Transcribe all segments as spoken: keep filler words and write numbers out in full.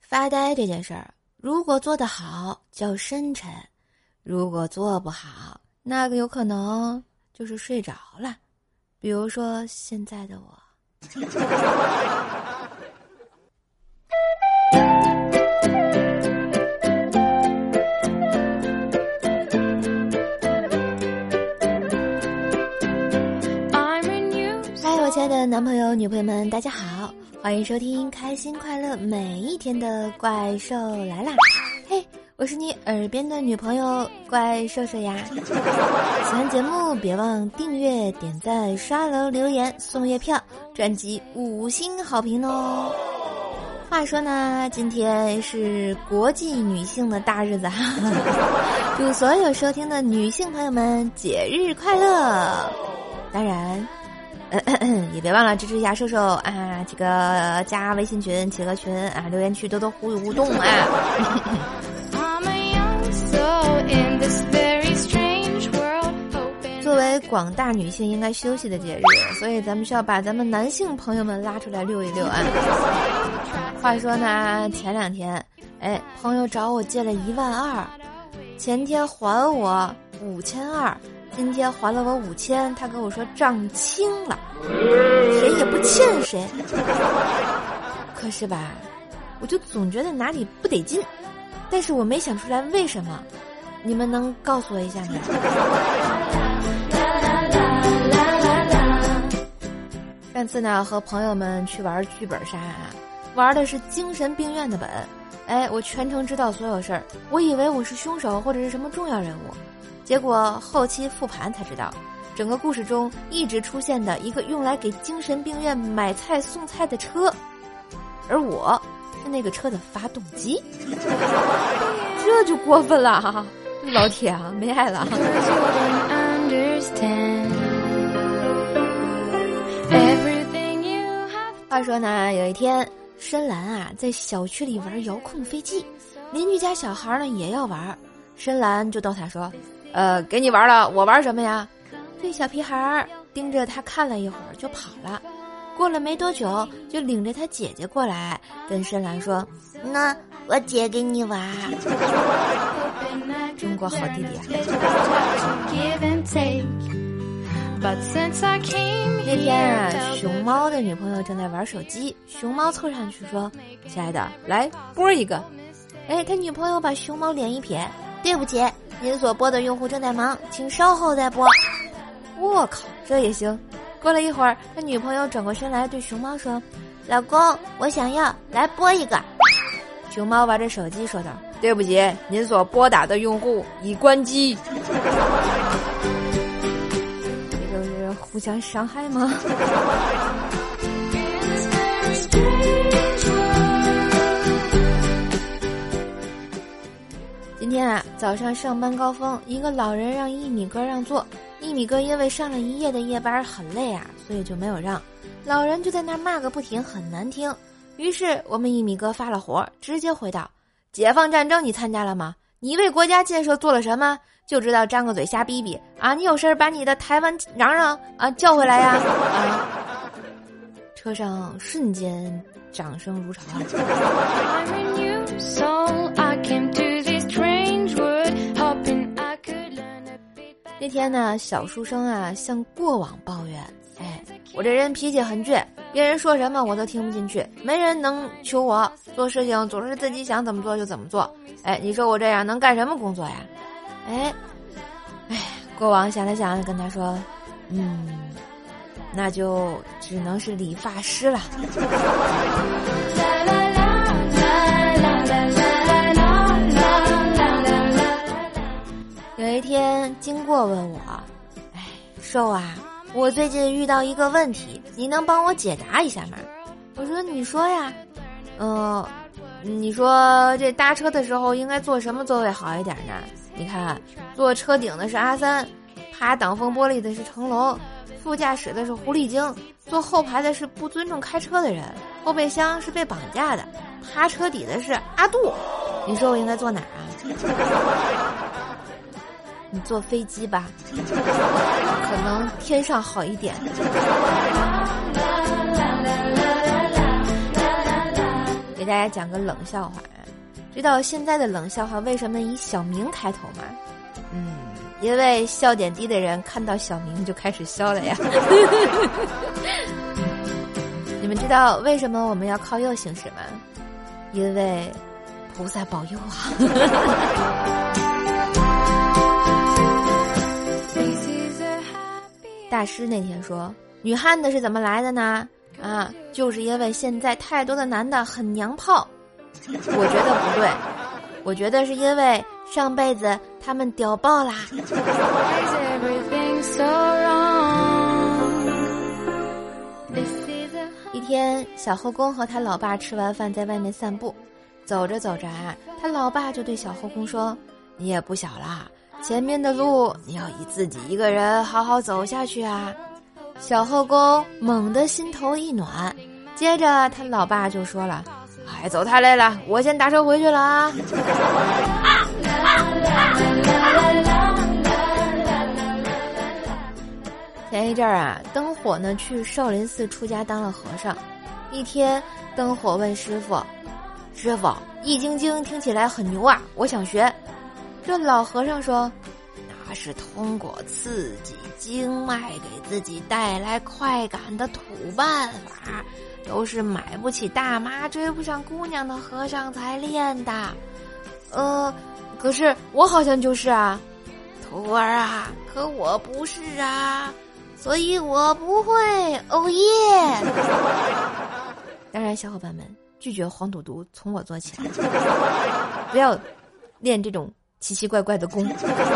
发呆这件事儿，如果做得好叫深沉，如果做不好，那个有可能就是睡着了。比如说现在的我。嗨，我亲爱的男朋友女朋友们，大家好，欢迎收听开心快乐每一天的怪兽来啦。嘿，我是你耳边的女朋友怪兽兽呀。喜欢节目别忘订阅点赞刷楼留言送月票，专辑五星好评哦。话说呢，今天是国际女性的大日子哈，祝所有收听的女性朋友们节日快乐。当然咳咳也别忘了支持一下瘦瘦啊，这个加微信群起个群啊，留言区多多互互动啊。作为广大女性应该休息的节日，所以咱们需要把咱们男性朋友们拉出来溜一溜啊。话说呢，前两天哎，朋友找我借了一万二，前天还我五千二，今天还了我五千，他跟我说账清了，谁也不欠谁。可是吧，我就总觉得哪里不得劲，但是我没想出来为什么，你们能告诉我一下吗？上次呢，和朋友们去玩剧本杀啊，玩的是精神病院的本，哎，我全程知道所有事儿，我以为我是凶手或者是什么重要人物。结果后期复盘才知道，整个故事中一直出现的一个用来给精神病院买菜送菜的车，而我是那个车的发动机。这就过分了哈！老铁啊，没爱了。话说呢，有一天深蓝啊在小区里玩遥控飞机，邻居家小孩呢也要玩，深蓝就逗他说，呃，给你玩了，我玩什么呀？这小屁孩盯着他看了一会儿就跑了。过了没多久，就领着他姐姐过来，跟深蓝说：“那我姐给你玩。”中国好弟弟啊！那天啊，熊猫的女朋友正在玩手机，熊猫凑上去说：“亲爱的，来拨一个。”哎，他女朋友把熊猫脸一撇：“对不起，您所拨的用户正在忙，请稍后再拨。”我靠，这也行！过了一会儿，他女朋友转过身来对熊猫说：“老公，我想要，来拨一个。”熊猫玩着手机说道：“对不起，您所拨打的用户已关机。”这就是互相伤害吗？今天啊，早上上班高峰，一个老人让一米哥让座。一米哥因为上了一夜的夜班很累啊，所以就没有让。老人就在那骂个不停，很难听。于是我们一米哥发了火，直接回道：“解放战争你参加了吗？你为国家建设做了什么？就知道张个嘴瞎逼逼啊！你有事把你的台湾嚷嚷啊叫回来呀！”啊！车上瞬间掌声如潮。那天呢，小书生啊向过往抱怨：“哎，我这人脾气很倔，别人说什么我都听不进去，没人能求我做事情，总是自己想怎么做就怎么做。哎，你说我这样能干什么工作呀？”哎，哎，过往想了想，跟他说：“嗯，那就只能是理发师了。”有一天经过问我：“哎，瘦啊，我最近遇到一个问题，你能帮我解答一下吗？”我说：“你说呀。”呃，你说这搭车的时候应该坐什么座位好一点呢？你看，坐车顶的是阿三，趴挡风玻璃的是成龙，副驾驶的是狐狸精，坐后排的是不尊重开车的人，后备箱是被绑架的，趴车底的是阿杜。你说我应该坐哪啊？你坐飞机吧，可能天上好一点。 给大家讲个冷笑话啊。知道现在的冷笑话为什么以小明开头吗？嗯，因为笑点低的人看到小明就开始笑了呀。你们知道为什么我们要靠右行驶吗？因为菩萨保佑啊。大师那天说，女汉子是怎么来的呢？啊，就是因为现在太多的男的很娘炮。我觉得不对，我觉得是因为上辈子他们屌爆啦。一天，小后宫和他老爸吃完饭在外面散步，走着走着啊，他老爸就对小后宫说：“你也不小啦，前面的路你要以自己一个人好好走下去啊。”小后宫猛地心头一暖，接着他老爸就说了：“哎，走太累了，我先打车回去了啊。”前一阵儿啊，灯火呢去少林寺出家当了和尚。一天，灯火问师傅：“师傅，易筋经听起来很牛啊，我想学。”这老和尚说：“那是通过刺激经脉给自己带来快感的土办法，都是买不起大妈追不上姑娘的和尚才练的。”呃，可是我好像就是啊。徒儿啊，可我不是啊，所以我不会。哦耶！当然，小伙伴们拒绝黄赌毒，从我做起来，不要练这种奇奇怪怪的功。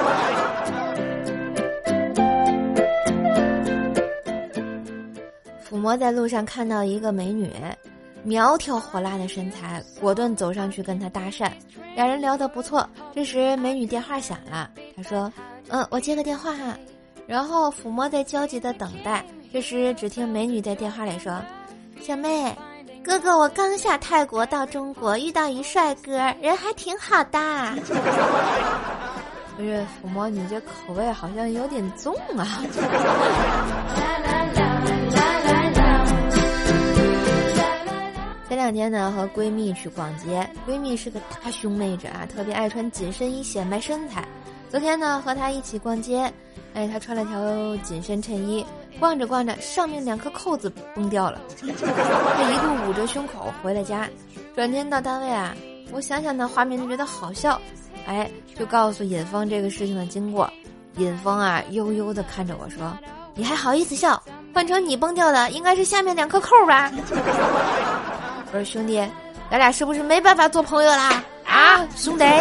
抚摸在路上看到一个美女，苗条火辣的身材，果断走上去跟她搭讪，两人聊得不错。这时美女电话响了，她说：“嗯，我接个电话哈。”然后抚摸在焦急的等待。这时只听美女在电话里说：“小妹，哥哥我刚下泰国到中国，遇到一帅哥，人还挺好的。”不是抚摸，你这口味好像有点重啊。前两天呢，和闺蜜去逛街，闺蜜是个大胸妹子啊，特别爱穿紧身衣显摆身材。昨天呢，和她一起逛街，哎，她穿了条紧身衬衣，逛着逛着，上面两颗扣子崩掉了，她一度捂着胸口回了家。转天到单位啊，我想想那画面就觉得好笑，哎，就告诉尹峰这个事情的经过。尹峰啊，悠悠地看着我说：“你还好意思笑？换成你崩掉的，应该是下面两颗扣吧？”我说：“兄弟，咱俩是不是没办法做朋友啦？啊，兄弟！”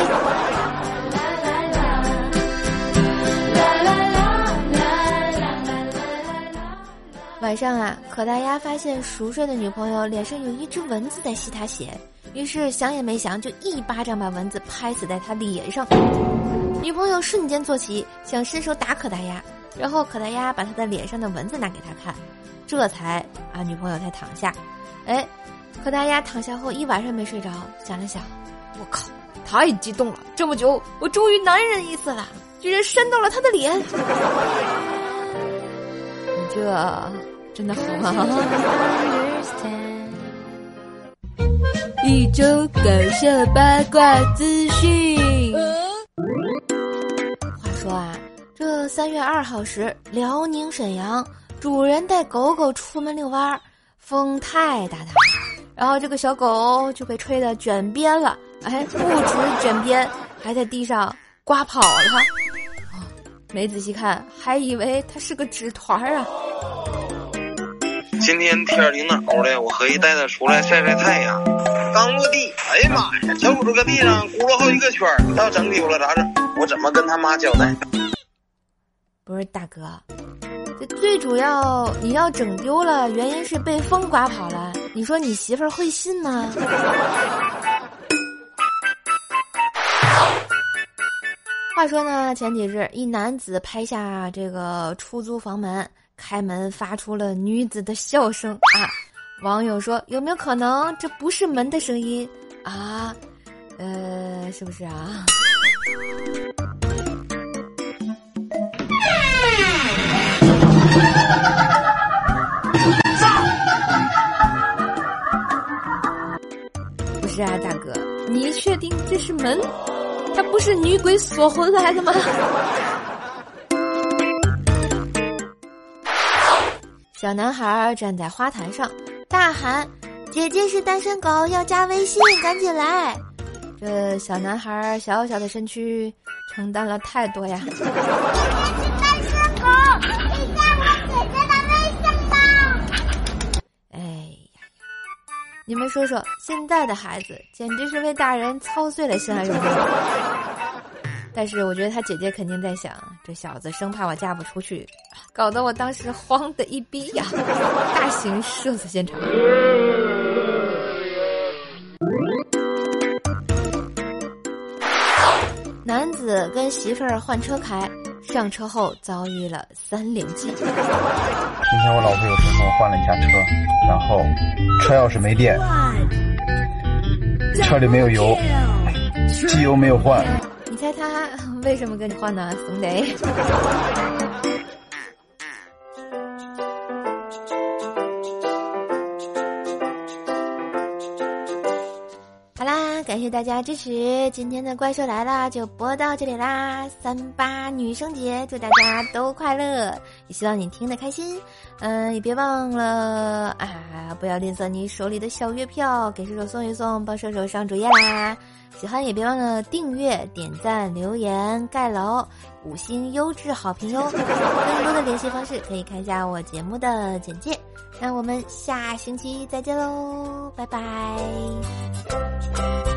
晚上啊，可大鸭发现熟睡的女朋友脸上有一只蚊子在吸他血，于是想也没想就一巴掌把蚊子拍死在他脸上。女朋友瞬间坐起，想伸手打可大鸭，然后可大鸭把他的脸上的蚊子拿给他看，这才啊女朋友才躺下。哎，可大鸭躺下后一晚上没睡着，想了想，我靠，太激动了，这么久我终于男人一次了，居然扇到了他的脸。这真的好吗？一周搞笑八卦资讯。话说啊，这三月二号时，辽宁沈阳主人带狗狗出门遛弯，风太大大，然后这个小狗就被吹得卷边了，哎，不止卷边，还在地上刮跑了。没仔细看，还以为它是个纸团啊。 今天天挺恼的，我合计带它出来晒晒太阳。刚落地，哎呀妈呀，小狗这个地上咕噜好几个圈，要整丢了咋整？我怎么跟他妈交代？ 不是大哥，这最主要你要整丢了，原因是被风刮跑了。你说你媳妇儿会信吗？话说呢，前几日一男子拍下这个出租房门，开门发出了女子的笑声啊！网友说，有没有可能这不是门的声音啊？呃，是不是啊？ 是啊，大哥，你确定这是门？它不是女鬼锁魂来的吗？小男孩站在花坛上，大喊：“姐姐是单身狗，要加微信，赶紧来！”这小男孩小小的身躯承担了太多呀。 姐姐是单身狗，你加我姐姐的微信吧。 哎呀，你们说说，现在的孩子简直是为大人操碎了心啊！但是我觉得他姐姐肯定在想，这小子生怕我嫁不出去，搞得我当时慌的一逼呀！大型社死现场。男子跟媳妇儿换车开，上车后遭遇了三连击。 今天我老婆有事跟我换了一下车，然后车钥匙没电，车里没有油，机油没有换。 你猜他为什么跟你换呢，兄弟？好啦，感谢大家支持，今天的怪兽来啦就播到这里啦。三八女生节，祝大家都快乐，也希望你听得开心。嗯，也别忘了啊，不要吝啬你手里的小月票，给射手送一送，帮射手上主页啦。喜欢也别忘了订阅、点赞、留言、盖楼、五星优质好评哟。更多的联系方式可以看一下我节目的简介。那我们下星期再见喽，拜拜。